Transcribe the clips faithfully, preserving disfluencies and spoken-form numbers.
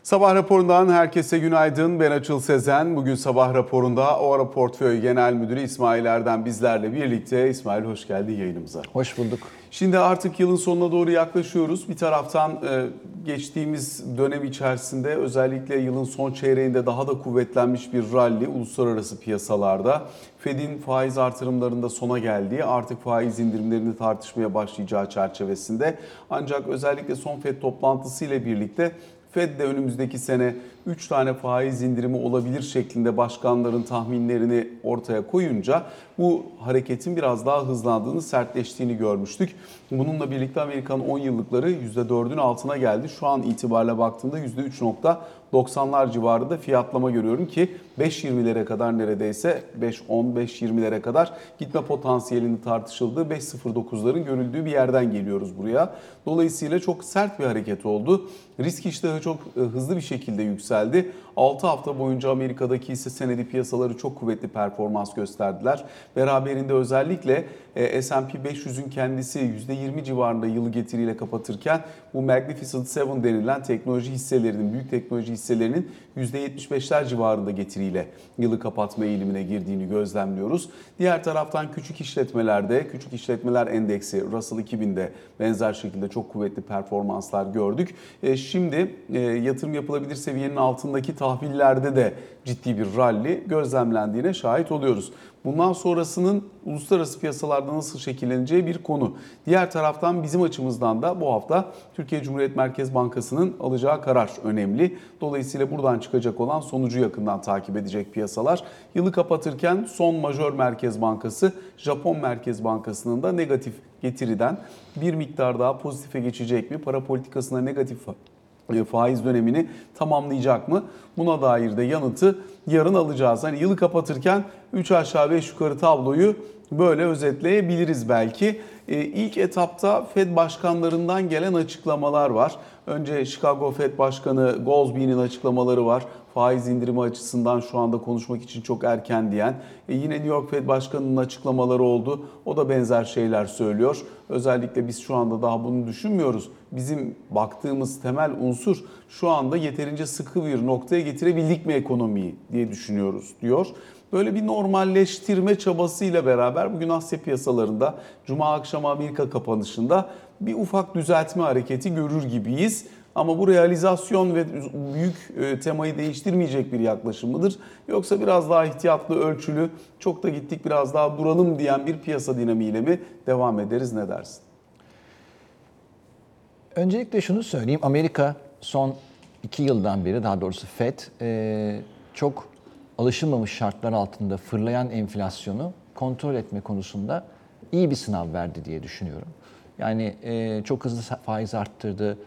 Sabah raporundan herkese günaydın. Ben Açıl Sezen. Bugün sabah raporunda O Ara Portföy Genel Müdürü İsmail Erdem bizlerle birlikte. İsmail hoş geldin yayınımıza. Hoş bulduk. Şimdi artık yılın sonuna doğru yaklaşıyoruz. Bir taraftan geçtiğimiz dönem içerisinde özellikle yılın son çeyreğinde daha da kuvvetlenmiş bir rally uluslararası piyasalarda. Fed'in faiz artırımlarında sona geldiği, artık faiz indirimlerini tartışmaya başlayacağı çerçevesinde. Ancak özellikle son Fed toplantısı ile birlikte Fed de önümüzdeki sene üç tane faiz indirimi olabilir şeklinde başkanların tahminlerini ortaya koyunca bu hareketin biraz daha hızlandığını, sertleştiğini görmüştük. Bununla birlikte Amerikan on yıllıkları yüzde dördün altına geldi. Şu an itibariyle baktığımda yüzde üç nokta doksanlar civarında fiyatlama görüyorum ki beş yirmilere kadar neredeyse beş on beş yirmilere kadar gitme potansiyelini tartışıldığı beş sıfır dokuzların görüldüğü bir yerden geliyoruz buraya. Dolayısıyla çok sert bir hareket oldu. Risk iştahı çok hızlı bir şekilde yükseldi. altı hafta boyunca Amerika'daki hisse senedi piyasaları çok kuvvetli performans gösterdiler. Beraberinde özellikle S and P beş yüzün kendisi yüzde yirmi civarında yılı getiriyle kapatırken bu Magnificent Seven denilen teknoloji hisselerinin, büyük teknoloji hisselerinin yüzde yetmiş beşler civarında getiriyle yılı kapatma eğilimine girdiğini gözlemliyoruz. Diğer taraftan küçük işletmelerde, küçük işletmeler endeksi Russell iki binde benzer şekilde çok kuvvetli performanslar gördük. Şimdi yatırım yapılabilir seviyenin altındaki tahvillerde de ciddi bir rally gözlemlendiğine şahit oluyoruz. Bundan sonrasının uluslararası piyasalarda nasıl şekilleneceği bir konu. Diğer taraftan bizim açımızdan da bu hafta Türkiye Cumhuriyet Merkez Bankası'nın alacağı karar önemli. Dolayısıyla buradan çıkacak olan sonucu yakından takip edecek piyasalar. Yılı kapatırken son majör merkez bankası Japon Merkez Bankası'nın da negatif getiriden bir miktar daha pozitife geçecek mi? Para politikasına negatif faiz dönemini tamamlayacak mı? Buna dair de yanıtı yarın alacağız. Hani yılı kapatırken üç aşağı beş yukarı tabloyu böyle özetleyebiliriz belki. Ee, ilk etapta Fed başkanlarından gelen açıklamalar var. Önce Chicago Fed Başkanı Goolsbee'nin açıklamaları var. Faiz indirimi açısından şu anda konuşmak için çok erken diyen. E yine New York Fed Başkanı'nın açıklamaları oldu. O da benzer şeyler söylüyor. Özellikle biz şu anda daha bunu düşünmüyoruz. Bizim baktığımız temel unsur şu anda yeterince sıkı bir noktaya getirebildik mi ekonomiyi diye düşünüyoruz diyor. Böyle bir normalleştirme çabasıyla beraber bugün Asya piyasalarında Cuma akşamı Amerika kapanışında bir ufak düzeltme hareketi görür gibiyiz. Ama bu realizasyon ve büyük temayı değiştirmeyecek bir yaklaşım mıdır? Yoksa biraz daha ihtiyatlı, ölçülü, çok da gittik biraz daha duralım diyen bir piyasa dinamiğiyle mi devam ederiz, ne dersin? Öncelikle şunu söyleyeyim. Amerika son iki yıldan beri, daha doğrusu Fed çok alışılmamış şartlar altında fırlayan enflasyonu kontrol etme konusunda iyi bir sınav verdi diye düşünüyorum. Yani çok hızlı faiz arttırdı,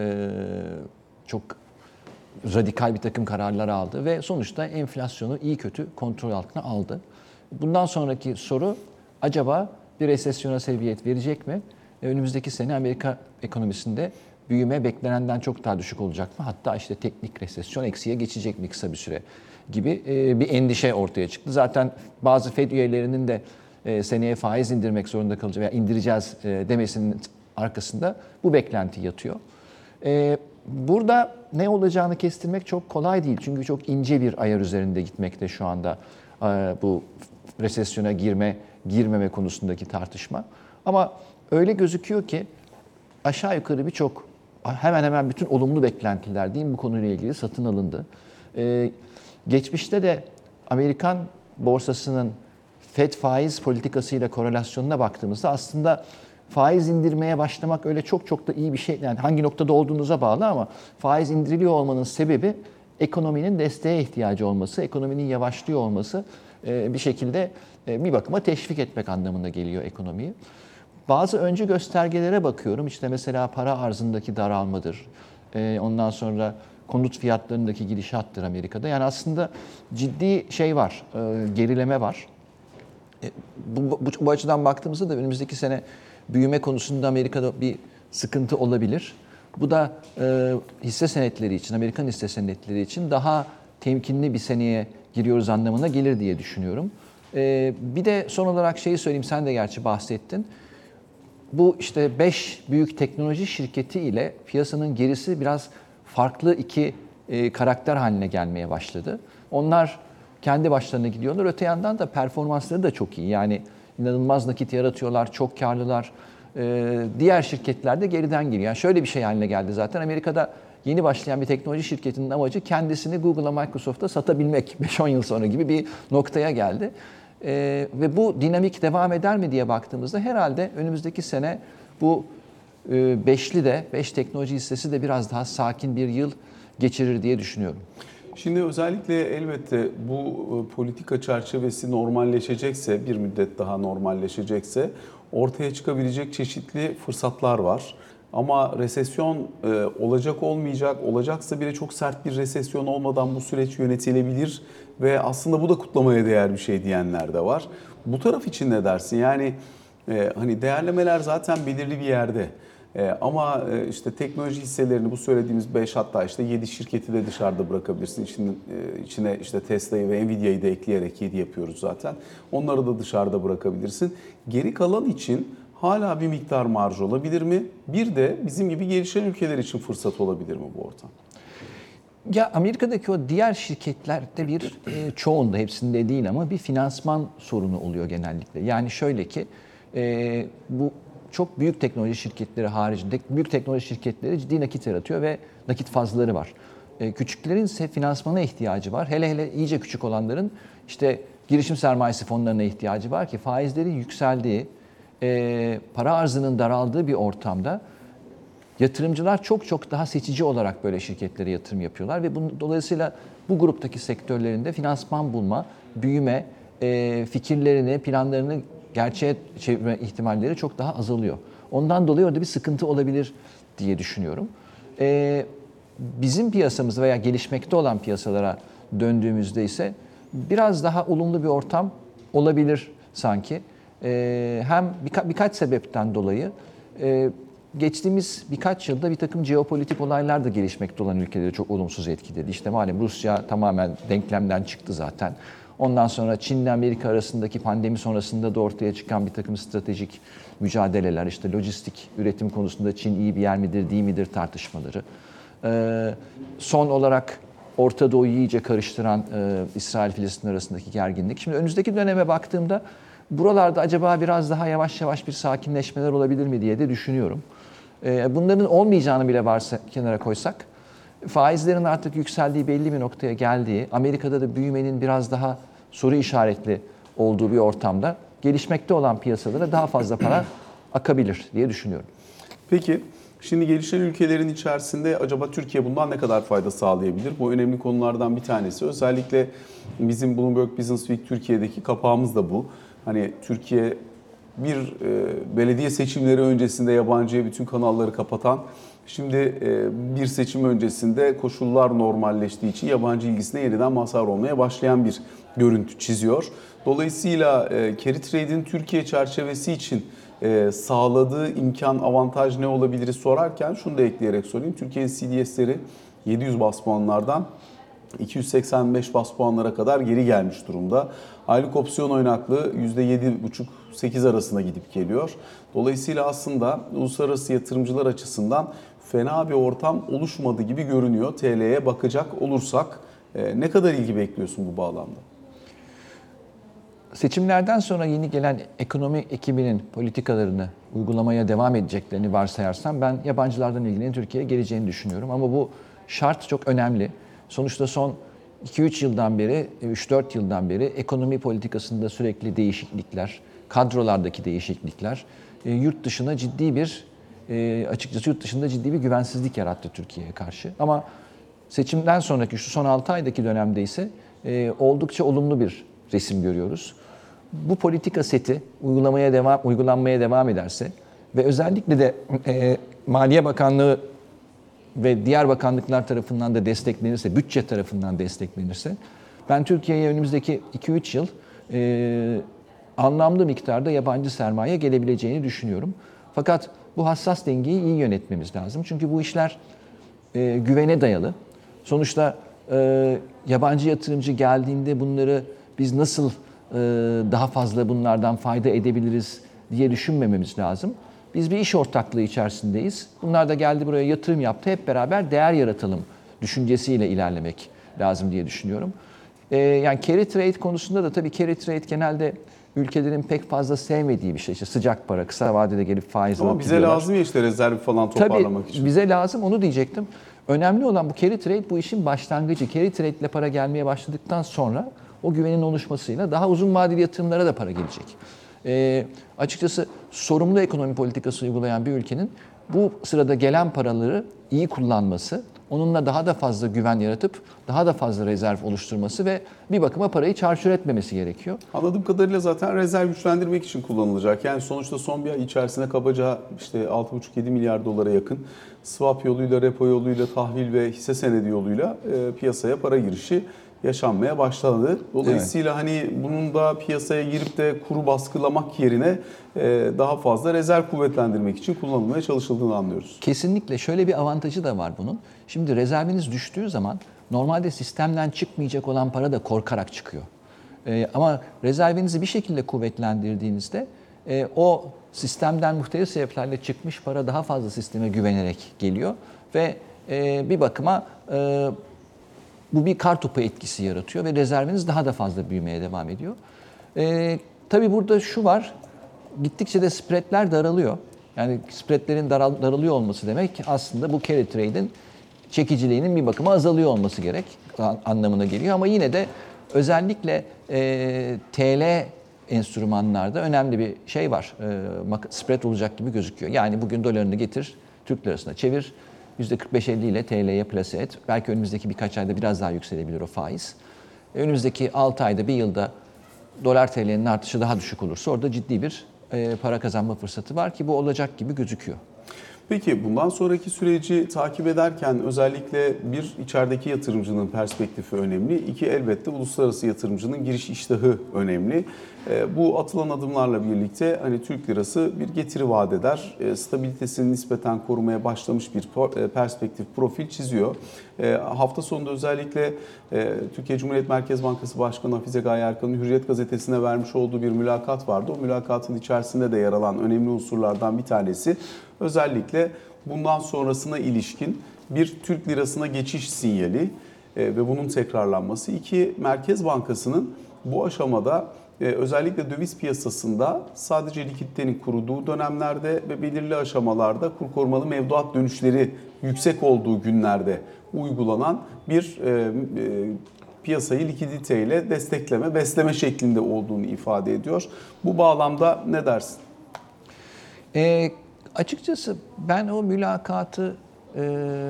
çok radikal bir takım kararlar aldı ve sonuçta enflasyonu iyi kötü kontrol altına aldı. Bundan sonraki soru, acaba bir resesyona sebebiyet verecek mi? Önümüzdeki sene Amerika ekonomisinde büyüme beklenenden çok daha düşük olacak mı? Hatta işte teknik resesyon eksiye geçecek mi kısa bir süre gibi bir endişe ortaya çıktı. Zaten bazı Fed üyelerinin de seneye faiz indirmek zorunda kalacak veya indireceğiz demesinin arkasında bu beklenti yatıyor. Burada ne olacağını kestirmek çok kolay değil. Çünkü çok ince bir ayar üzerinde gitmekte şu anda bu resesyona girme, girmeme konusundaki tartışma. Ama öyle gözüküyor ki aşağı yukarı birçok, hemen hemen bütün olumlu beklentiler diyeyim bu konuyla ilgili satın alındı. Ee, geçmişte de Amerikan borsasının Fed faiz politikasıyla korelasyonuna baktığımızda aslında faiz indirmeye başlamak öyle çok çok da iyi bir şey. Yani hangi noktada olduğunuza bağlı ama faiz indiriliyor olmanın sebebi ekonominin desteğe ihtiyacı olması, ekonominin yavaşlıyor olması, bir şekilde bir bakıma teşvik etmek anlamında geliyor ekonomiyi. Bazı öncü göstergelere bakıyorum. İşte mesela para arzındaki daralmadır. Ondan sonra konut fiyatlarındaki gidişattır Amerika'da. Yani aslında ciddi şey var, gerileme var. Bu, bu, bu açıdan baktığımızda da önümüzdeki sene büyüme konusunda Amerika'da bir sıkıntı olabilir. Bu da e, hisse senetleri için, Amerikan hisse senetleri için daha temkinli bir seneye giriyoruz anlamına gelir diye düşünüyorum. E, bir de son olarak şeyi söyleyeyim, sen de gerçi bahsettin. Bu işte beş büyük teknoloji şirketi ile piyasanın gerisi biraz farklı iki e, karakter haline gelmeye başladı. Onlar kendi başlarına gidiyorlar. Öte yandan da performansları da çok iyi. Yani inanılmaz nakit yaratıyorlar, çok karlılar. Ee, diğer şirketler de geriden geliyor. Yani şöyle bir şey haline geldi zaten. Amerika'da yeni başlayan bir teknoloji şirketinin amacı kendisini Google'a, Microsoft'a satabilmek. beş on yıl sonra gibi bir noktaya geldi. Ee, ve bu dinamik devam eder mi diye baktığımızda herhalde önümüzdeki sene bu e, beşli de, beş teknoloji hissesi de biraz daha sakin bir yıl geçirir diye düşünüyorum. Şimdi özellikle elbette bu e, politika çerçevesi normalleşecekse, bir müddet daha normalleşecekse ortaya çıkabilecek çeşitli fırsatlar var. Ama resesyon e, olacak olmayacak, olacaksa bile çok sert bir resesyon olmadan bu süreç yönetilebilir ve aslında bu da kutlamaya değer bir şey diyenler de var. Bu taraf için ne dersin? Yani e, hani değerlemeler zaten belirli bir yerde. Ee, ama e, işte teknoloji hisselerini bu söylediğimiz beş hatta işte yedi şirketi de dışarıda bırakabilirsin. İçine, e, içine işte Tesla'yı ve Nvidia'yı da ekleyerek yedi yapıyoruz zaten. Onları da dışarıda bırakabilirsin. Geri kalan için hala bir miktar marj olabilir mi? Bir de bizim gibi gelişen ülkeler için fırsat olabilir mi bu ortam? Ya Amerika'daki o diğer şirketlerde bir e, çoğunda, hepsinde değil ama bir finansman sorunu oluyor genellikle. Yani şöyle ki e, bu çok büyük teknoloji şirketleri haricinde büyük teknoloji şirketleri ciddi nakit yaratıyor ve nakit fazlaları var. E, küçüklerin ise finansmana ihtiyacı var. Hele hele iyice küçük olanların işte girişim sermayesi fonlarına ihtiyacı var ki faizlerin yükseldiği, e, para arzının daraldığı bir ortamda yatırımcılar çok çok daha seçici olarak böyle şirketlere yatırım yapıyorlar ve bunun, dolayısıyla bu gruptaki sektörlerinde finansman bulma, büyüme, e, fikirlerini, planlarını gerçeğe çevirme ihtimalleri çok daha azalıyor. Ondan dolayı orada bir sıkıntı olabilir diye düşünüyorum. E, bizim piyasamız veya gelişmekte olan piyasalara döndüğümüzde ise biraz daha olumlu bir ortam olabilir sanki. E, hem birka, birkaç sebepten dolayı e, geçtiğimiz birkaç yılda bir takım jeopolitik olaylar da gelişmekte olan ülkeleri çok olumsuz etkiledi. İşte malum Rusya tamamen denklemden çıktı zaten. Ondan sonra Çin ile Amerika arasındaki pandemi sonrasında da ortaya çıkan bir takım stratejik mücadeleler, işte lojistik üretim konusunda Çin iyi bir yer midir, değil midir tartışmaları. Ee, son olarak Orta Doğu'yu iyice karıştıran e, İsrail-Filistin arasındaki gerginlik. Şimdi önümüzdeki döneme baktığımda buralarda acaba biraz daha yavaş yavaş bir sakinleşmeler olabilir mi diye de düşünüyorum. Ee, bunların olmayacağını bile varsa kenara koysak, faizlerin artık yükseldiği belli bir noktaya geldiği, Amerika'da da büyümenin biraz daha soru işaretli olduğu bir ortamda gelişmekte olan piyasalara daha fazla para akabilir diye düşünüyorum. Peki, şimdi gelişen ülkelerin içerisinde acaba Türkiye bundan ne kadar fayda sağlayabilir? Bu önemli konulardan bir tanesi. Özellikle bizim Bloomberg Business Week Türkiye'deki kapağımız da bu. Hani Türkiye bir e, belediye seçimleri öncesinde yabancıya bütün kanalları kapatan, şimdi e, bir seçim öncesinde koşullar normalleştiği için yabancı ilgisine yeniden mazhar olmaya başlayan bir görüntü çiziyor. Dolayısıyla e, Carry Trade'in Türkiye çerçevesi için e, sağladığı imkan, avantaj ne olabilir sorarken şunu da ekleyerek sorayım. Türkiye'nin C D S'leri yedi yüz bas puanlardan iki yüz seksen beş bas puanlara kadar geri gelmiş durumda. Aylık opsiyon oynaklığı yüzde yedi buçuk sekiz arasına gidip geliyor. Dolayısıyla aslında uluslararası yatırımcılar açısından fena bir ortam oluşmadı gibi görünüyor. T L'ye bakacak olursak ne kadar ilgi bekliyorsun bu bağlamda? Seçimlerden sonra yeni gelen ekonomi ekibinin politikalarını uygulamaya devam edeceklerini varsayarsam ben yabancılardan ilginin Türkiye'ye geleceğini düşünüyorum. Ama bu şart çok önemli. Sonuçta son iki üç yıldan beri, üç dört yıldan beri ekonomi politikasında sürekli değişiklikler, kadrolardaki değişiklikler yurt dışına ciddi bir, açıkçası yurt dışında ciddi bir güvensizlik yarattı Türkiye'ye karşı. Ama seçimden sonraki şu son altı aydaki dönemde ise oldukça olumlu bir resim görüyoruz. Bu politika seti uygulamaya devam, uygulanmaya devam ederse ve özellikle de e, Maliye Bakanlığı ve diğer bakanlıklar tarafından da desteklenirse, bütçe tarafından desteklenirse, ben Türkiye'ye önümüzdeki iki üç yıl e, anlamlı miktarda yabancı sermaye gelebileceğini düşünüyorum. Fakat bu hassas dengeyi iyi yönetmemiz lazım. Çünkü bu işler e, güvene dayalı. Sonuçta e, yabancı yatırımcı geldiğinde bunları biz nasıl e, daha fazla bunlardan fayda edebiliriz diye düşünmememiz lazım. Biz bir iş ortaklığı içerisindeyiz. Bunlar da geldi buraya yatırım yaptı. Hep beraber değer yaratalım düşüncesiyle ilerlemek lazım diye düşünüyorum. Ee, yani carry trade konusunda da tabii carry trade genelde ülkelerin pek fazla sevmediği bir şey. İşte sıcak para, kısa vadede gelip faiz Ama alıp bize gidiyorlar. lazım ya işte rezerv falan toparlamak Tabii, için. bize lazım, onu diyecektim. Önemli olan bu carry trade bu işin başlangıcı. Carry trade ile para gelmeye başladıktan sonra o güvenin oluşmasıyla daha uzun vadeli yatırımlara da para gelecek. Ee, açıkçası sorumlu ekonomi politikası uygulayan bir ülkenin bu sırada gelen paraları iyi kullanması, onunla daha da fazla güven yaratıp daha da fazla rezerv oluşturması ve bir bakıma parayı çarçur etmemesi gerekiyor. Anladığım kadarıyla zaten rezerv güçlendirmek için kullanılacak. Yani sonuçta son bir ay içerisinde kabaca işte altı buçuk yedi milyar dolara yakın swap yoluyla, repo yoluyla, tahvil ve hisse senedi yoluyla e, piyasaya para girişi yaşanmaya başladı. Dolayısıyla evet. hani bunun da piyasaya girip de kuru baskılamak yerine e, daha fazla rezerv kuvvetlendirmek için kullanılmaya çalışıldığını anlıyoruz. Kesinlikle şöyle bir avantajı da var bunun. Şimdi rezerviniz düştüğü zaman normalde sistemden çıkmayacak olan para da korkarak çıkıyor. Ee, ama rezervinizi bir şekilde kuvvetlendirdiğinizde e, o sistemden muhtelif sebeplerle çıkmış para daha fazla sisteme güvenerek geliyor ve e, bir bakıma e, bu bir kartopu etkisi yaratıyor ve rezerviniz daha da fazla büyümeye devam ediyor. E, tabii burada şu var, gittikçe de spreadler daralıyor. Yani spreadlerin daral, daralıyor olması demek aslında bu carry trade'in çekiciliğinin bir bakıma azalıyor olması gerek anlamına geliyor. Ama yine de özellikle e, T L enstrümanlarda önemli bir şey var. E, spread olacak gibi gözüküyor. Yani bugün dolarını getir, Türk lirasına çevir, yüzde kırk beş elli ile T L'ye plase et. Belki önümüzdeki birkaç ayda biraz daha yükselebilir o faiz. Önümüzdeki altı ayda, bir yılda dolar T L'nin artışı daha düşük olursa orada ciddi bir e, para kazanma fırsatı var ki bu olacak gibi gözüküyor. Peki bundan sonraki süreci takip ederken özellikle bir, içerideki yatırımcının perspektifi önemli. İki, elbette uluslararası yatırımcının giriş iştahı önemli. Bu atılan adımlarla birlikte hani Türk lirası bir getiri vaat eder. Stabilitesini nispeten korumaya başlamış bir perspektif, profil çiziyor. Hafta sonunda özellikle Türkiye Cumhuriyet Merkez Bankası Başkanı Hafize Gaye Erkan'ın Hürriyet Gazetesi'ne vermiş olduğu bir mülakat vardı. O mülakatın içerisinde de yer alan önemli unsurlardan bir tanesi özellikle bundan sonrasına ilişkin bir Türk lirasına geçiş sinyali ve bunun tekrarlanması. İki, Merkez Bankası'nın bu aşamada özellikle döviz piyasasında sadece likiditenin kuruduğu dönemlerde ve belirli aşamalarda kur korumalı mevduat dönüşleri yüksek olduğu günlerde uygulanan bir e, e, piyasayı likiditeyle destekleme, besleme şeklinde olduğunu ifade ediyor. Bu bağlamda ne dersin? E, açıkçası ben o mülakatı e,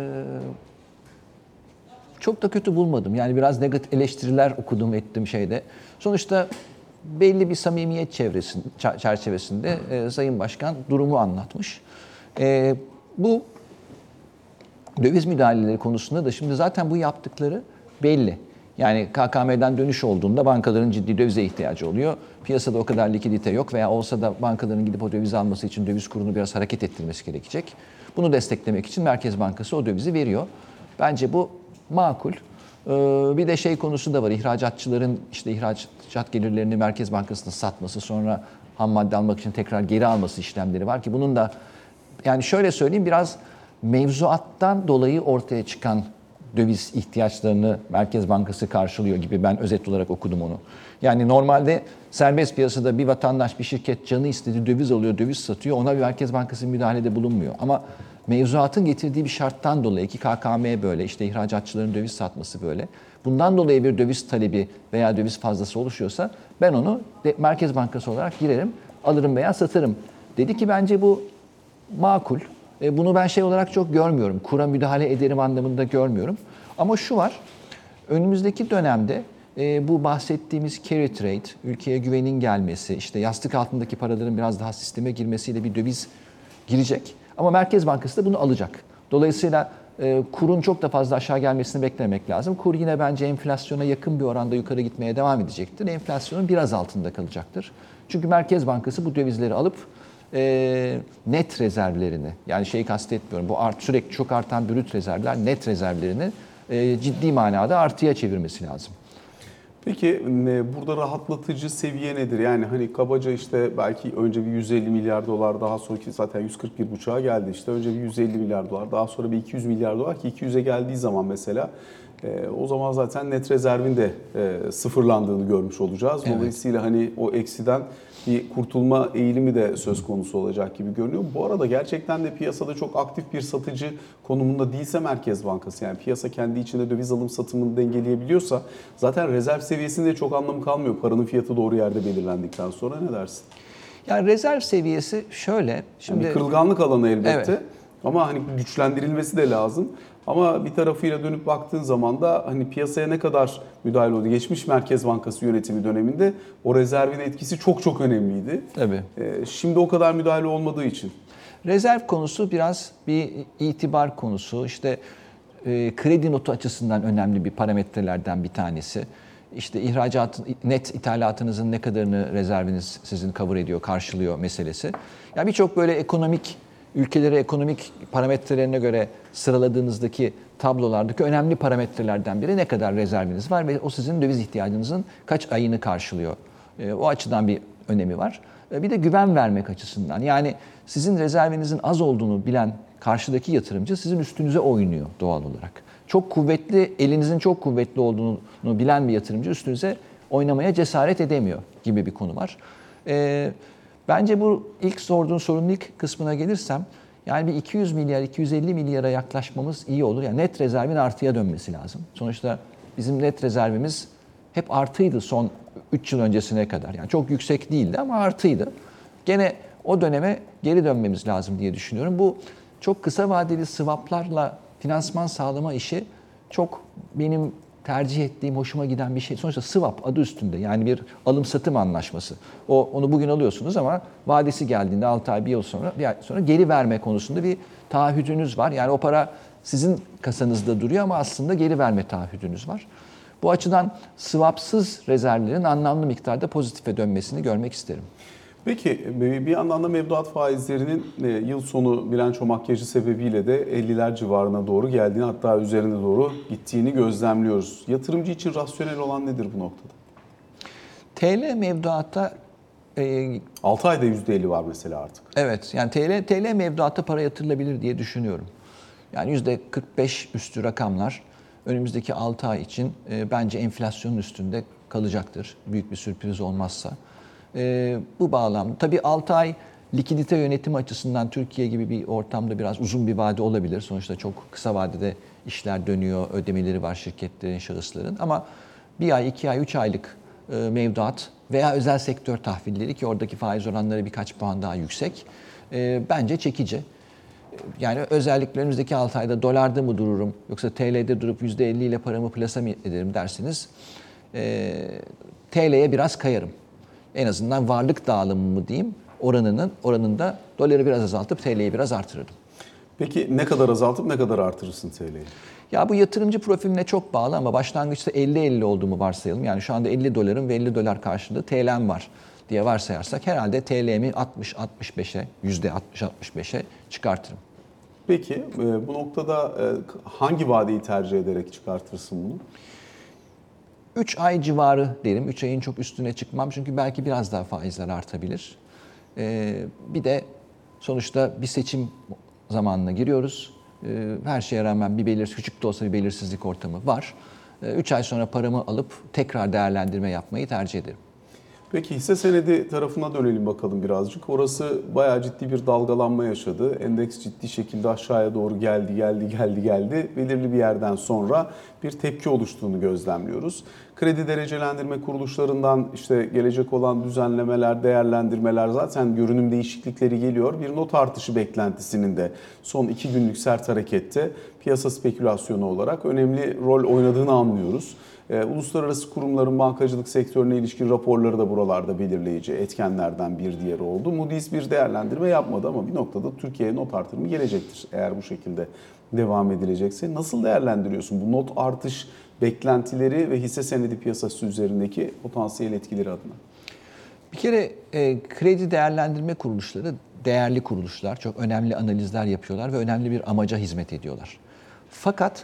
çok da kötü bulmadım. Yani biraz negatif eleştiriler okudum ettim şeyde. Sonuçta belli bir samimiyet çevresinde, çerçevesinde e, Sayın Başkan durumu anlatmış. E, bu döviz müdahaleleri konusunda da şimdi zaten bu yaptıkları belli. Yani K K M'den dönüş olduğunda bankaların ciddi dövize ihtiyacı oluyor. Piyasada o kadar likidite yok veya olsa da bankaların gidip o dövizi alması için döviz kurunu biraz hareket ettirmesi gerekecek. Bunu desteklemek için Merkez Bankası o dövizi veriyor. Bence bu makul. Bir de şey konusu da var. İhracatçıların işte ihracat gelirlerini Merkez Bankası'na satması, sonra ham madde almak için tekrar geri alması işlemleri var ki bunun da yani şöyle söyleyeyim biraz mevzuattan dolayı ortaya çıkan döviz ihtiyaçlarını Merkez Bankası karşılıyor gibi ben özet olarak okudum onu. Yani normalde serbest piyasada bir vatandaş, bir şirket canı istediği döviz alıyor, döviz satıyor. Ona bir Merkez Bankası müdahalede bulunmuyor. Ama mevzuatın getirdiği bir şarttan dolayı ki K K M böyle, işte ihracatçıların döviz satması böyle. Bundan dolayı bir döviz talebi veya döviz fazlası oluşuyorsa ben onu Merkez Bankası olarak girerim, alırım veya satarım. Dedi ki bence bu makul. Bunu ben şey olarak çok görmüyorum. Kura müdahale ederim anlamında görmüyorum. Ama şu var, önümüzdeki dönemde bu bahsettiğimiz carry trade, ülkeye güvenin gelmesi, işte yastık altındaki paraların biraz daha sisteme girmesiyle bir döviz girecek. Ama Merkez Bankası da bunu alacak. Dolayısıyla kurun çok da fazla aşağı gelmesini beklemek lazım. Kur yine bence enflasyona yakın bir oranda yukarı gitmeye devam edecektir. Enflasyonun biraz altında kalacaktır. Çünkü Merkez Bankası bu dövizleri alıp E, net rezervlerini, yani şeyi kastetmiyorum, bu art, sürekli çok artan brüt rezervler, net rezervlerini e, ciddi manada artıya çevirmesi lazım. Peki e, burada rahatlatıcı seviye nedir? Yani hani kabaca işte belki önce bir yüz elli milyar dolar, daha sonraki zaten yüz kırk bir buçuğa geldi, işte önce bir yüz elli milyar dolar, daha sonra bir iki yüz milyar dolar, ki iki yüze geldiği zaman mesela e, o zaman zaten net rezervin de e, sıfırlandığını görmüş olacağız. Evet. Dolayısıyla hani o eksiden bir kurtulma eğilimi de söz konusu olacak gibi görünüyor. Bu arada gerçekten de piyasada çok aktif bir satıcı konumunda değilse Merkez Bankası, yani piyasa kendi içinde döviz alım satımını dengeleyebiliyorsa zaten rezerv seviyesinde çok anlamı kalmıyor. Paranın fiyatı doğru yerde belirlendikten sonra, ne dersin? Yani rezerv seviyesi şöyle. Şimdi Yani bir kırılganlık alanı elbette, Evet. ama hani güçlendirilmesi de lazım. Ama bir tarafıyla dönüp baktığın zaman da hani piyasaya ne kadar müdahale oldu? Geçmiş Merkez Bankası yönetimi döneminde o rezervin etkisi çok çok önemliydi. Tabii. Ee, Şimdi o kadar müdahale olmadığı için. Rezerv konusu biraz bir itibar konusu. İşte e, kredi notu açısından önemli bir parametrelerden bir tanesi. İşte ihracat, net ithalatınızın ne kadarını rezerviniz sizin cover ediyor, karşılıyor meselesi. Yani birçok böyle ekonomik, ülkeleri ekonomik parametrelerine göre sıraladığınızdaki tablolardaki önemli parametrelerden biri ne kadar rezerviniz var ve o sizin döviz ihtiyacınızın kaç ayını karşılıyor. E, o açıdan bir önemi var. E, bir de güven vermek açısından. Yani sizin rezervinizin az olduğunu bilen karşıdaki yatırımcı sizin üstünüze oynuyor doğal olarak. Çok kuvvetli, elinizin çok kuvvetli olduğunu bilen bir yatırımcı üstünüze oynamaya cesaret edemiyor gibi bir konu var. E, bence bu ilk sorduğun sorunun ilk kısmına gelirsem, yani bir iki yüz milyar, iki yüz elli milyara yaklaşmamız iyi olur. Yani net rezervin artıya dönmesi lazım. Sonuçta bizim net rezervimiz hep artıydı son üç yıl öncesine kadar. Yani çok yüksek değildi ama artıydı. Gene o döneme geri dönmemiz lazım diye düşünüyorum. Bu çok kısa vadeli swaplarla finansman sağlama işi çok benim tercih ettiğim, hoşuma giden bir şey. Sonuçta swap adı üstünde, yani bir alım satım anlaşması. O onu bugün alıyorsunuz ama vadesi geldiğinde altı ay, bir yıl sonra, bir ay sonra geri verme konusunda bir taahhüdünüz var. Yani o para sizin kasanızda duruyor ama aslında geri verme taahhüdünüz var. Bu açıdan swapsız rezervlerin anlamlı miktarda pozitife dönmesini görmek isterim. Peki bir yandan da mevduat faizlerinin yıl sonu bilanço makyajı sebebiyle de elliler civarına doğru geldiğini, hatta üzerine doğru gittiğini gözlemliyoruz. Yatırımcı için rasyonel olan nedir bu noktada? T L mevduatta e, altı ayda yüzde elli var mesela artık. evet, yani T L T L mevduatta para yatırılabilir diye düşünüyorum. Yani yüzde kırk beş üstü rakamlar önümüzdeki altı ay için e, bence enflasyonun üstünde kalacaktır. Büyük bir sürpriz olmazsa. E, bu bağlamda tabii altı ay likidite yönetimi açısından Türkiye gibi bir ortamda biraz uzun bir vade olabilir. Sonuçta çok kısa vadede işler dönüyor, ödemeleri var şirketlerin, şahısların. Ama bir ay, iki ay, üç aylık e, mevduat veya özel sektör tahvilleri, ki oradaki faiz oranları birkaç puan daha yüksek, e, bence çekici. Yani özellikle önümüzdeki altı ayda dolarda mı dururum yoksa T L'de durup yüzde elli ile paramı plasa mı ederim derseniz e, T L'ye biraz kayarım. En azından varlık dağılımı mı diyeyim, oranının oranında doları biraz azaltıp T L'yi biraz artırırım. Peki ne kadar azaltıp ne kadar artırırsın T L'yi? Ya bu yatırımcı profiline çok bağlı ama başlangıçta elli elli olduğumu varsayalım. Yani şu anda elli dolarım ve elli dolar karşılığında T L'm var diye varsayarsak herhalde T L'mi altmış altmış beşe, yüzde altmış altmış beşe çıkartırım. Peki bu noktada hangi vadeyi tercih ederek çıkartırsın bunu? üç ay civarı derim. üç ayın çok üstüne çıkmam çünkü belki biraz daha faizler artabilir. Ee, bir de sonuçta bir seçim zamanına giriyoruz. Ee, her şeye rağmen bir belir, küçük de olsa bir belirsizlik ortamı var. üç ay sonra paramı alıp tekrar değerlendirme yapmayı tercih ederim. Peki hisse senedi tarafına dönelim bakalım birazcık. Orası bayağı ciddi bir dalgalanma yaşadı. Endeks ciddi şekilde aşağıya doğru geldi, geldi, geldi, geldi. Belirli bir yerden sonra bir tepki oluştuğunu gözlemliyoruz. Kredi derecelendirme kuruluşlarından işte gelecek olan düzenlemeler, değerlendirmeler, zaten görünüm değişiklikleri geliyor. Bir not artışı beklentisinin de son iki günlük sert harekette piyasa spekülasyonu olarak önemli rol oynadığını anlıyoruz. Ee, uluslararası kurumların bankacılık sektörüne ilişkin raporları da buralarda belirleyici etkenlerden bir diğeri oldu. Moody's bir değerlendirme yapmadı ama bir noktada Türkiye'ye not artırımı gelecektir eğer bu şekilde devam edilecekse. Nasıl değerlendiriyorsun bu not artış beklentileri ve hisse senedi piyasası üzerindeki potansiyel etkileri adına? Bir kere e, kredi değerlendirme kuruluşları değerli kuruluşlar, çok önemli analizler yapıyorlar ve önemli bir amaca hizmet ediyorlar. Fakat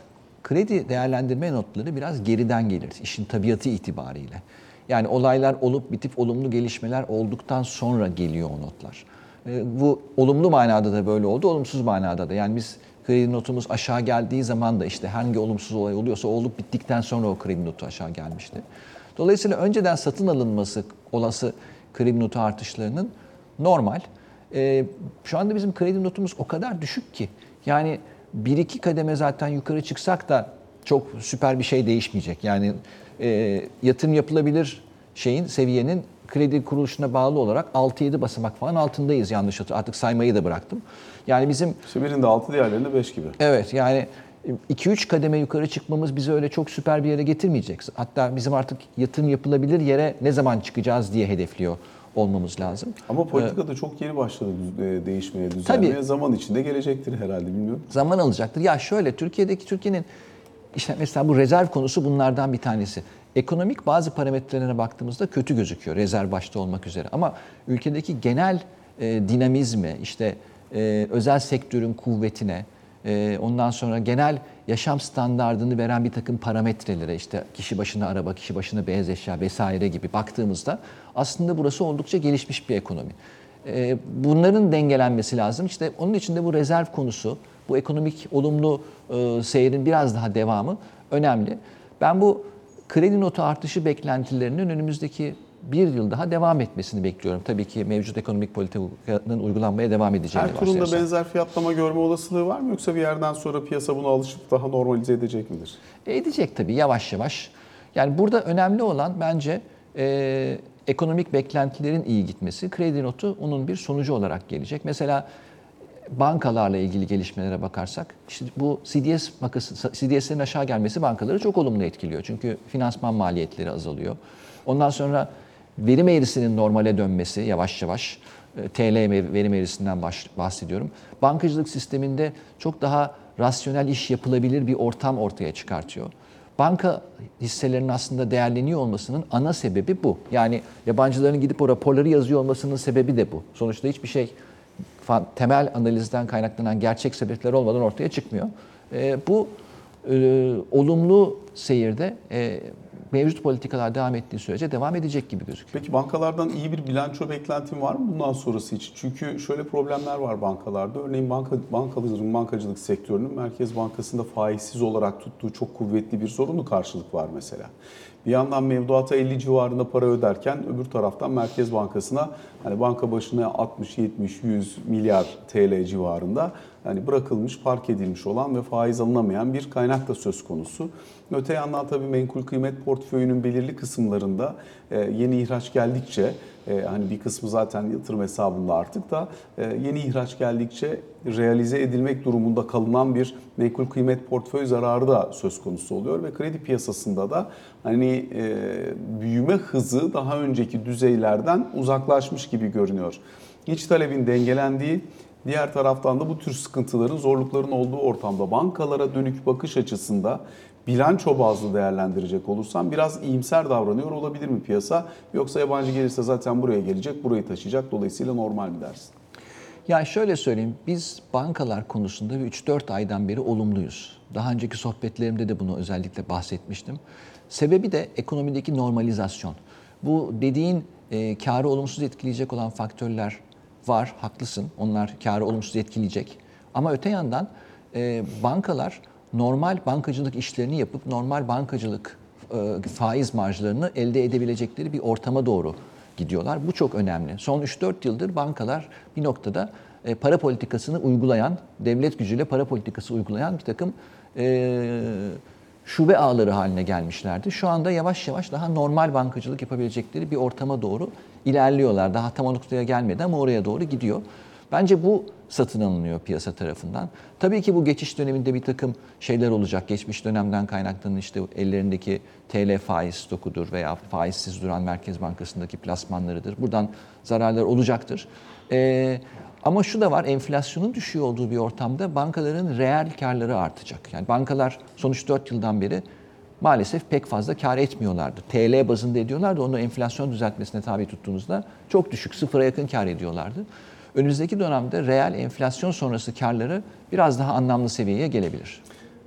kredi değerlendirme notları biraz geriden gelir işin tabiatı itibariyle. Yani olaylar olup bitip olumlu gelişmeler olduktan sonra geliyor o notlar. E, bu olumlu manada da böyle oldu, olumsuz manada da. Yani biz kredi notumuz aşağı geldiği zaman da işte hangi olumsuz olay oluyorsa olup bittikten sonra o kredi notu aşağı gelmişti. Dolayısıyla önceden satın alınması olası kredi notu artışlarının normal. E, şu anda bizim kredi notumuz o kadar düşük ki yani bir iki kademe zaten yukarı çıksak da çok süper bir şey değişmeyecek. Yani e, yatırım yapılabilir şeyin, seviyenin kredi kuruluşuna bağlı olarak altı yedi basamak falan altındayız yanlış hatırlamıyorsam. Artık saymayı da bıraktım. Yani bizim... İşte birinde altı, diğerlerinde beş gibi. Evet, yani iki üç kademe yukarı çıkmamız bizi öyle çok süper bir yere getirmeyecek. Hatta bizim artık yatırım yapılabilir yere ne zaman çıkacağız diye hedefliyor olmamız lazım. Ama politikada ee, çok yeni başladı değişmeye, düzelmeye. Tabii, zaman içinde gelecektir herhalde, bilmiyorum. Zaman alacaktır. Ya şöyle, Türkiye'deki Türkiye'nin işte mesela bu rezerv konusu bunlardan bir tanesi. Ekonomik bazı parametrelerine baktığımızda kötü gözüküyor, rezerv başta olmak üzere. Ama ülkedeki genel e, dinamizme, işte e, özel sektörün kuvvetine, e, ondan sonra genel yaşam standardını veren bir takım parametrelere, işte kişi başına araba, kişi başına beyaz eşya vesaire gibi baktığımızda aslında burası oldukça gelişmiş bir ekonomi. E, bunların dengelenmesi lazım. İşte onun için de bu rezerv konusu, bu ekonomik olumlu e, seyrin biraz daha devamı önemli. Ben bu kredi notu artışı beklentilerinin önümüzdeki bir yıl daha devam etmesini bekliyorum. Tabii ki mevcut ekonomik politikanın uygulanmaya devam edeceğini varsayarsak. Her turunda benzer fiyatlama görme olasılığı var mı? Yoksa bir yerden sonra piyasa buna alışıp daha normalize edecek midir? Edecek tabii, yavaş yavaş. Yani burada önemli olan bence e, ekonomik beklentilerin iyi gitmesi. Kredi notu onun bir sonucu olarak gelecek. Mesela bankalarla ilgili gelişmelere bakarsak, işte bu C D S makası, C D S'lerin aşağı gelmesi bankaları çok olumlu etkiliyor. Çünkü finansman maliyetleri azalıyor. Ondan sonra verim eğrisinin normale dönmesi yavaş yavaş, T L verim eğrisinden bahsediyorum. Bankacılık sisteminde çok daha rasyonel iş yapılabilir bir ortam ortaya çıkartıyor. Banka hisselerinin aslında değerleniyor olmasının ana sebebi bu. Yani yabancıların gidip o raporları yazıyor olmasının sebebi de bu. Sonuçta hiçbir şey temel analizden kaynaklanan gerçek sebepler olmadan ortaya çıkmıyor. E, bu e, olumlu seyirde e, mevcut politikalar devam ettiği sürece devam edecek gibi gözüküyor. Peki bankalardan iyi bir bilanço beklentin var mı bundan sonrası için? Çünkü şöyle problemler var bankalarda. Örneğin banka, bankacılık, bankacılık sektörünün Merkez Bankası'nda faizsiz olarak tuttuğu çok kuvvetli bir zorunlu karşılık var mesela. Bir yandan mevduata elli civarında para öderken öbür taraftan Merkez Bankası'na hani banka başına altmış, yetmiş, yüz milyar T L civarında yani bırakılmış, park edilmiş olan ve faiz alınamayan bir kaynak da söz konusu. Öte yandan tabii menkul kıymet portföyünün belirli kısımlarında yeni ihraç geldikçe hani bir kısmı zaten yatırım hesabında artık da yeni ihraç geldikçe realize edilmek durumunda kalınan bir menkul kıymet portföy zararı da söz konusu oluyor ve kredi piyasasında da hani büyüme hızı daha önceki düzeylerden uzaklaşmış gibi görünüyor. İç talebin dengelendiği, diğer taraftan da bu tür sıkıntıların, zorlukların olduğu ortamda bankalara dönük bakış açısında bilanço bazlı değerlendirecek olursam biraz iyimser davranıyor olabilir mi piyasa? Yoksa yabancı gelirse zaten buraya gelecek, burayı taşıyacak, dolayısıyla normal mi dersin? Ya şöyle söyleyeyim, biz bankalar konusunda üç dört aydan beri olumluyuz. Daha önceki sohbetlerimde de bunu özellikle bahsetmiştim. Sebebi de ekonomideki normalizasyon. Bu dediğin e, kârı olumsuz etkileyecek olan faktörler var, haklısın. Onlar kârı olumsuz etkileyecek. Ama öte yandan e, bankalar normal bankacılık işlerini yapıp normal bankacılık e, faiz marjlarını elde edebilecekleri bir ortama doğru gidiyorlar. Bu çok önemli. Son üç dört yıldır bankalar bir noktada e, para politikasını uygulayan, devlet gücüyle para politikası uygulayan bir takım e, şube ağları haline gelmişlerdi. Şu anda yavaş yavaş daha normal bankacılık yapabilecekleri bir ortama doğru ilerliyorlar. Daha tam o noktaya gelmedi ama oraya doğru gidiyor. Bence bu satın alınıyor piyasa tarafından. Tabii ki bu geçiş döneminde bir takım şeyler olacak. Geçmiş dönemden kaynaklanan işte ellerindeki T L faiz stokudur veya faizsiz duran Merkez Bankası'ndaki plasmanlarıdır. Buradan zararlar olacaktır. Ee, ama şu da var, enflasyonun düşüyor olduğu bir ortamda bankaların reel karları artacak. Yani bankalar son üç dört yıldan beri maalesef pek fazla kar etmiyorlardı. T L bazında ediyorlardı. Onu enflasyon düzeltmesine tabi tuttuğunuzda çok düşük, sıfıra yakın kar ediyorlardı. Önümüzdeki dönemde reel enflasyon sonrası karları biraz daha anlamlı seviyeye gelebilir.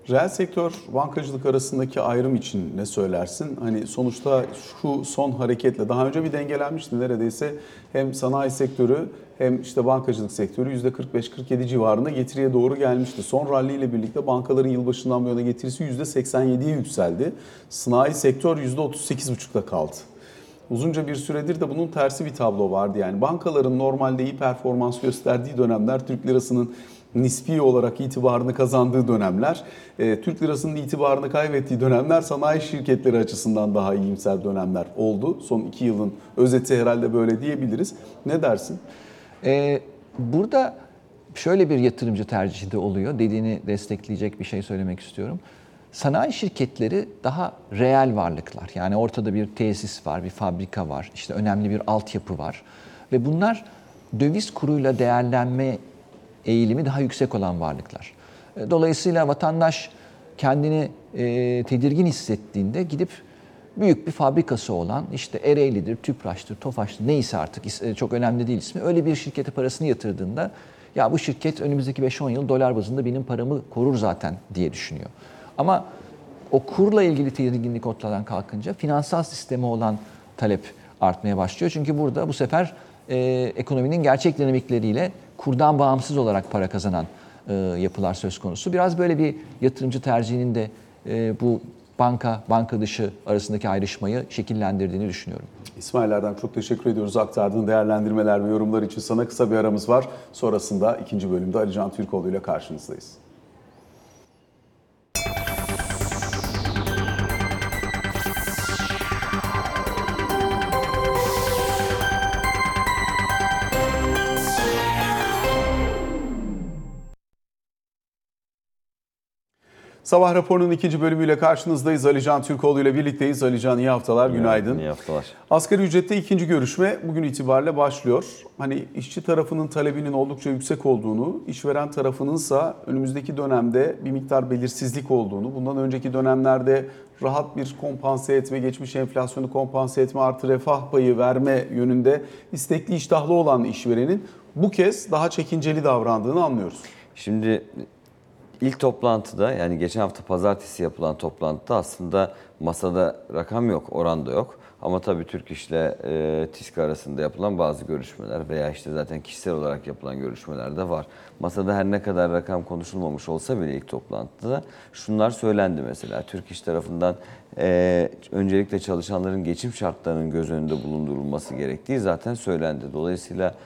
Reel sektör, bankacılık arasındaki ayrım için ne söylersin? Hani sonuçta şu son hareketle daha önce bir dengelenmişti neredeyse hem sanayi sektörü hem işte bankacılık sektörü yüzde kırk beş kırk yedi civarında getiriye doğru gelmişti. Son rally ile birlikte bankaların yılbaşından bu yana getirisi yüzde seksen yediye yükseldi. Sanayi sektör yüzde otuz sekiz buçukta kaldı. Uzunca bir süredir de bunun tersi bir tablo vardı. Yani bankaların normalde iyi performans gösterdiği dönemler, Türk lirasının nispi olarak itibarını kazandığı dönemler, e, Türk lirasının itibarını kaybettiği dönemler sanayi şirketleri açısından daha iyimser dönemler oldu. Son iki yılın özeti herhalde böyle diyebiliriz. Ne dersin? Ee, burada şöyle bir yatırımcı tercihi de oluyor. Dediğini destekleyecek bir şey söylemek istiyorum. Sanayi şirketleri daha reel varlıklar. Yani ortada bir tesis var, bir fabrika var, işte önemli bir altyapı var. Ve bunlar döviz kuruyla değerlenme eğilimi daha yüksek olan varlıklar. Dolayısıyla vatandaş kendini e, tedirgin hissettiğinde gidip büyük bir fabrikası olan işte Ereğli'dir, Tüpraş'tır, Tofaş'tır neyse artık çok önemli değil ismi. Öyle bir şirkete parasını yatırdığında ya bu şirket önümüzdeki beş on yıl dolar bazında benim paramı korur zaten diye düşünüyor. Ama o kurla ilgili tedirginlik ortadan kalkınca finansal sisteme olan talep artmaya başlıyor. Çünkü burada bu sefer e, ekonominin gerçek dinamikleriyle kurdan bağımsız olarak para kazanan e, yapılar söz konusu. Biraz böyle bir yatırımcı tercihinin de e, bu banka, banka dışı arasındaki ayrışmayı şekillendirdiğini düşünüyorum. İsmail Erdem çok teşekkür ediyoruz aktardığın değerlendirmeler ve yorumlar için. Sana kısa bir aramız var. Sonrasında ikinci bölümde Ali Can Türkoğlu ile karşınızdayız. Sabah raporunun ikinci bölümüyle karşınızdayız. Ali Can Türkoğlu ile birlikteyiz. Ali Can iyi haftalar, günaydın. İyi haftalar. Asgari ücrette ikinci görüşme bugün itibariyle başlıyor. Hani işçi tarafının talebinin oldukça yüksek olduğunu, işveren tarafınınsa önümüzdeki dönemde bir miktar belirsizlik olduğunu, bundan önceki dönemlerde rahat bir kompanse etme, geçmiş enflasyonu kompanse etme artı refah payı verme yönünde istekli iştahlı olan işverenin bu kez daha çekinceli davrandığını anlıyoruz. Şimdi ilk toplantıda, yani geçen hafta pazartesi yapılan toplantıda aslında masada rakam yok, oran da yok. Ama tabii Türk İş'le e, TİSK arasında yapılan bazı görüşmeler veya işte zaten kişisel olarak yapılan görüşmeler de var. Masada her ne kadar rakam konuşulmamış olsa bile ilk toplantıda şunlar söylendi mesela. Türk İş tarafından e, öncelikle çalışanların geçim şartlarının göz önünde bulundurulması gerektiği zaten söylendi. Dolayısıyla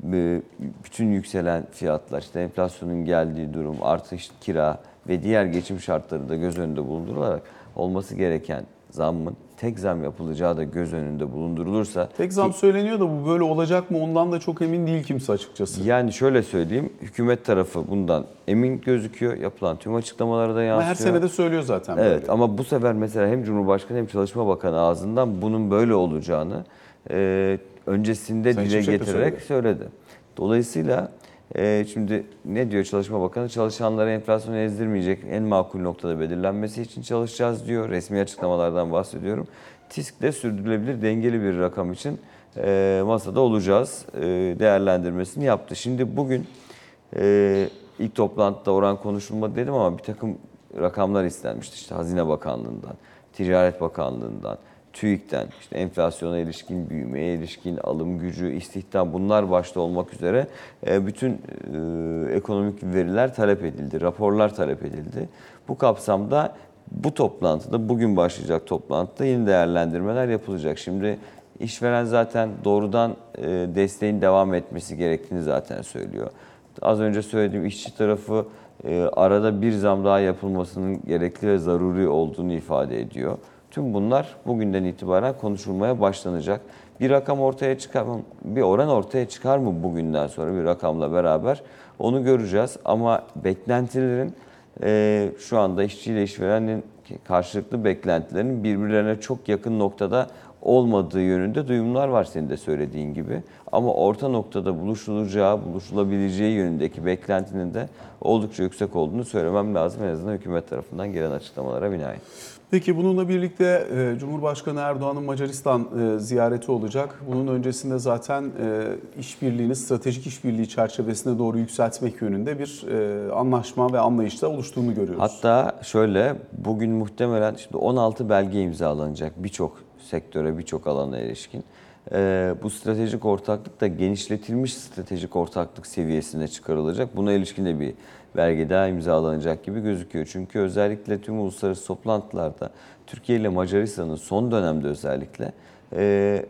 bütün yükselen fiyatlar, işte enflasyonun geldiği durum, artış kira ve diğer geçim şartları da göz önünde bulundurularak olması gereken zammın tek zam yapılacağı da göz önünde bulundurulursa... Tek zam ki, söyleniyor da bu böyle olacak mı ondan da çok emin değil kimse açıkçası. Yani şöyle söyleyeyim, hükümet tarafı bundan emin gözüküyor, yapılan tüm açıklamaları da yansıyor. Ama her sene de söylüyor zaten. Evet böyle. Ama bu sefer mesela hem Cumhurbaşkanı hem Çalışma Bakanı ağzından bunun böyle olacağını e, öncesinde Sayın dile Şimşek de getirerek söyledi. Dolayısıyla e, şimdi ne diyor Çalışma Bakanı? Çalışanlara enflasyonu ezdirmeyecek en makul noktada belirlenmesi için çalışacağız diyor. Resmi açıklamalardan bahsediyorum. TİSK de sürdürülebilir dengeli bir rakam için e, masada olacağız e, değerlendirmesini yaptı. Şimdi bugün e, ilk toplantıda oran konuşulmadı dedim ama bir takım rakamlar istenmişti. İşte Hazine Bakanlığı'ndan, Ticaret Bakanlığı'ndan, TÜİK'ten, işte enflasyona ilişkin, büyümeye ilişkin, alım gücü, istihdam bunlar başta olmak üzere bütün ekonomik veriler talep edildi, raporlar talep edildi. Bu kapsamda bu toplantıda, bugün başlayacak toplantıda yeni değerlendirmeler yapılacak. Şimdi işveren zaten doğrudan desteğin devam etmesi gerektiğini zaten söylüyor. Az önce söylediğim işçi tarafı arada bir zam daha yapılmasının gerekli ve zaruri olduğunu ifade ediyor. Tüm bunlar bugünden itibaren konuşulmaya başlanacak. Bir rakam ortaya çıkar mı? Bir oran ortaya çıkar mı bugünden sonra bir rakamla beraber? Onu göreceğiz. Ama beklentilerin e, şu anda işçiyle işverenin karşılıklı beklentilerinin birbirlerine çok yakın noktada olmadığı yönünde duyumlar var senin de söylediğin gibi. Ama orta noktada buluşulacağı, buluşulabileceği yönündeki beklentinin de oldukça yüksek olduğunu söylemem lazım. En azından hükümet tarafından gelen açıklamalara binaen. Peki bununla birlikte e, Cumhurbaşkanı Erdoğan'ın Macaristan e, ziyareti olacak. Bunun öncesinde zaten e, işbirliğini stratejik işbirliği çerçevesine doğru yükseltmek yönünde bir e, anlaşma ve anlayışta oluştuğunu görüyoruz. Hatta şöyle, bugün muhtemelen şimdi on altı belge imzalanacak birçok sektöre, birçok alana ilişkin. Ee, bu stratejik ortaklık da genişletilmiş stratejik ortaklık seviyesine çıkarılacak. Buna ilişkin de bir belge daha imzalanacak gibi gözüküyor. Çünkü özellikle tüm uluslararası toplantılarda Türkiye ile Macaristan'ın son dönemde özellikle e,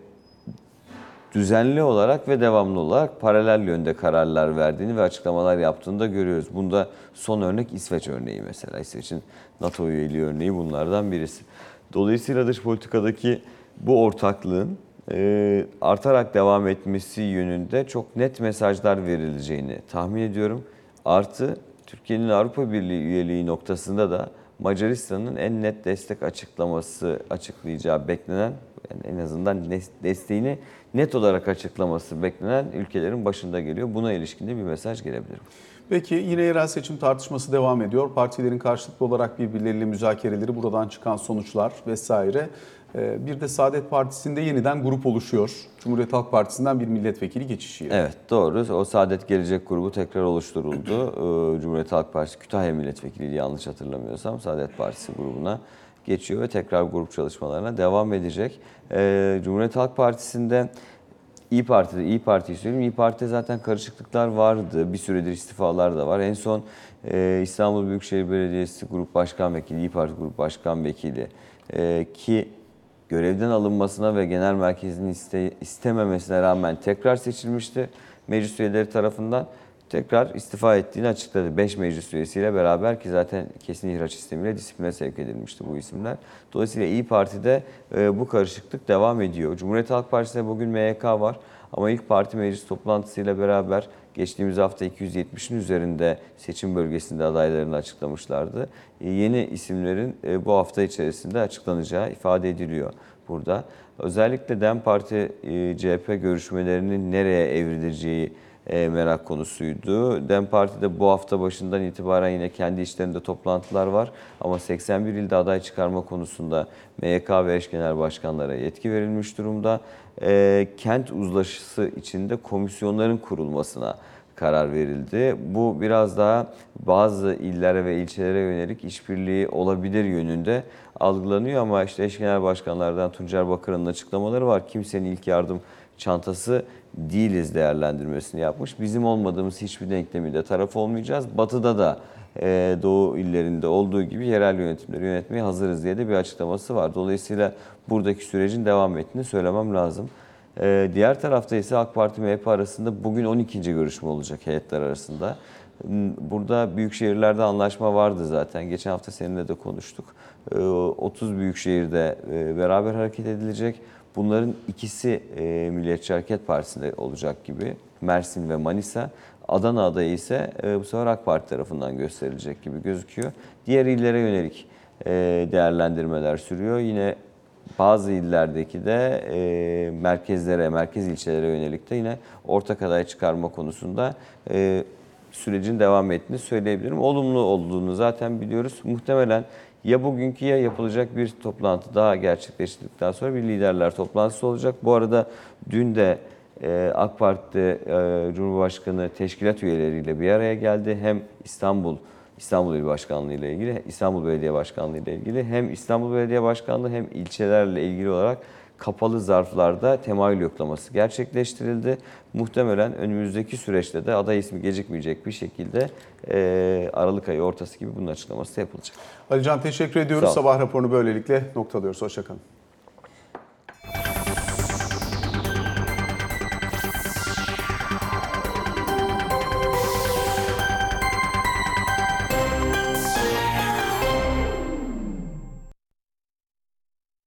düzenli olarak ve devamlı olarak paralel yönde kararlar verdiğini ve açıklamalar yaptığını da görüyoruz. Bunda son örnek İsveç örneği mesela. İsveç'in NATO üyeliği örneği bunlardan birisi. Dolayısıyla dış politikadaki bu ortaklığın e, artarak devam etmesi yönünde çok net mesajlar verileceğini tahmin ediyorum. Artı Türkiye'nin Avrupa Birliği üyeliği noktasında da Macaristan'ın en net destek açıklaması açıklayacağı beklenen, yani en azından desteğini net olarak açıklaması beklenen ülkelerin başında geliyor. Buna ilişkin de bir mesaj gelebilir. Peki yine yerel seçim tartışması devam ediyor. Partilerin karşılıklı olarak birbirleriyle müzakereleri, buradan çıkan sonuçlar vesaire. Bir de Saadet Partisi'nde yeniden grup oluşuyor. Cumhuriyet Halk Partisi'nden bir milletvekili geçişi. Evet, doğru. O Saadet Gelecek grubu tekrar oluşturuldu. Cumhuriyet Halk Partisi Kütahya milletvekiliydi yanlış hatırlamıyorsam. Saadet Partisi grubuna geçiyor ve tekrar grup çalışmalarına devam edecek. Cumhuriyet Halk Partisi'nde İyi Parti'de, İyi Parti'yi söyleyeyim. İyi Parti'de zaten karışıklıklar vardı. Bir süredir istifalar da var. En son e, İstanbul Büyükşehir Belediyesi Grup Başkan Vekili, İyi Parti Grup Başkan Vekili e, ki görevden alınmasına ve genel merkezin iste, istememesine rağmen tekrar seçilmişti. Meclis üyeleri tarafından tekrar istifa ettiğini açıkladı. beş meclis üyesiyle beraber ki zaten kesin ihraç sistemiyle disipline sevk edilmişti bu isimler. Dolayısıyla İyi Parti'de e, bu karışıklık devam ediyor. Cumhuriyet Halk Partisi'nde bugün M Y K var ama ilk parti meclis toplantısıyla beraber geçtiğimiz hafta iki yüz yetmişin üzerinde seçim bölgesinde adaylarını açıklamışlardı. E, yeni isimlerin e, bu hafta içerisinde açıklanacağı ifade ediliyor burada. Özellikle DEM Parti e, C H P görüşmelerinin nereye evrileceği E, merak konusuydu. DEM Parti'de bu hafta başından itibaren yine kendi içlerinde toplantılar var. Ama seksen bir ilde aday çıkarma konusunda M Y K ve eş genel başkanlara yetki verilmiş durumda. E, kent uzlaşısı içinde komisyonların kurulmasına karar verildi. Bu biraz daha bazı illere ve ilçelere yönelik işbirliği olabilir yönünde algılanıyor. Ama işte eş genel başkanlardan Tuncer Bakır'ın açıklamaları var. Kimsenin ilk yardım çantası değiliz değerlendirmesini yapmış. Bizim olmadığımız hiçbir denkleminde taraf olmayacağız. Batı'da da e, Doğu illerinde olduğu gibi yerel yönetimleri yönetmeye hazırız diye de bir açıklaması var. Dolayısıyla buradaki sürecin devam ettiğini söylemem lazım. E, diğer tarafta ise AK Parti M H P arasında bugün on ikinci görüşme olacak heyetler arasında. Burada büyük şehirlerde anlaşma vardı zaten. Geçen hafta seninle de konuştuk. E, otuz büyük şehirde e, beraber hareket edilecek. Bunların ikisi e, Milliyetçi Hareket Partisi'nde olacak gibi. Mersin ve Manisa. Adana adayı ise e, bu sefer AK Parti tarafından gösterilecek gibi gözüküyor. Diğer illere yönelik e, değerlendirmeler sürüyor. Yine bazı illerdeki de e, merkezlere, merkez ilçelere yönelik de yine ortak aday çıkarma konusunda e, sürecin devam ettiğini söyleyebilirim. Olumlu olduğunu zaten biliyoruz. Muhtemelen ya bugünkü ya yapılacak bir toplantı daha gerçekleştirdikten sonra bir liderler toplantısı olacak. Bu arada dün de e, AK Parti'de e, Cumhurbaşkanı teşkilat üyeleriyle bir araya geldi. Hem İstanbul İstanbul İl Başkanlığı ile ilgili, İstanbul Belediye Başkanlığı ile ilgili hem İstanbul Belediye Başkanlığı hem ilçelerle ilgili olarak kapalı zarflarda temayül yoklaması gerçekleştirildi. Muhtemelen önümüzdeki süreçte de aday ismi gecikmeyecek bir şekilde e, Aralık ayı ortası gibi bunun açıklaması da yapılacak. Alican teşekkür ediyoruz. Sağ ol. Sabah raporunu böylelikle noktalıyoruz. Hoşça kalın.